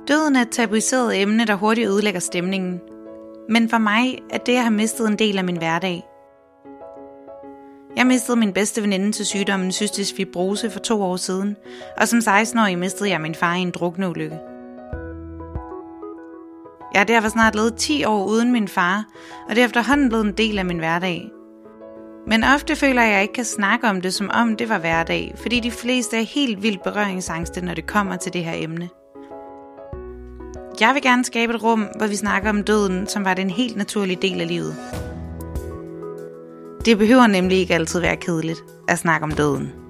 Døden er et tabuiseret emne, der hurtigt ødelægger stemningen. Men for mig er det at have mistet en del af min hverdag. Jeg mistede min bedste veninde til sygdommen cystisk fibrose for 2 år siden, og som 16-årig mistede jeg min far i en drukneulykke. Jeg har derfor snart levet 10 år uden min far, og det er efterhånden blevet en del af min hverdag. Men ofte føler jeg, at jeg ikke kan snakke om det, som om det var hverdag, fordi de fleste er helt vildt berøringsangste, når det kommer til det her emne. Jeg vil gerne skabe et rum, hvor vi snakker om døden, som var det en helt naturlig del af livet. Det behøver nemlig ikke altid være kedeligt at snakke om døden.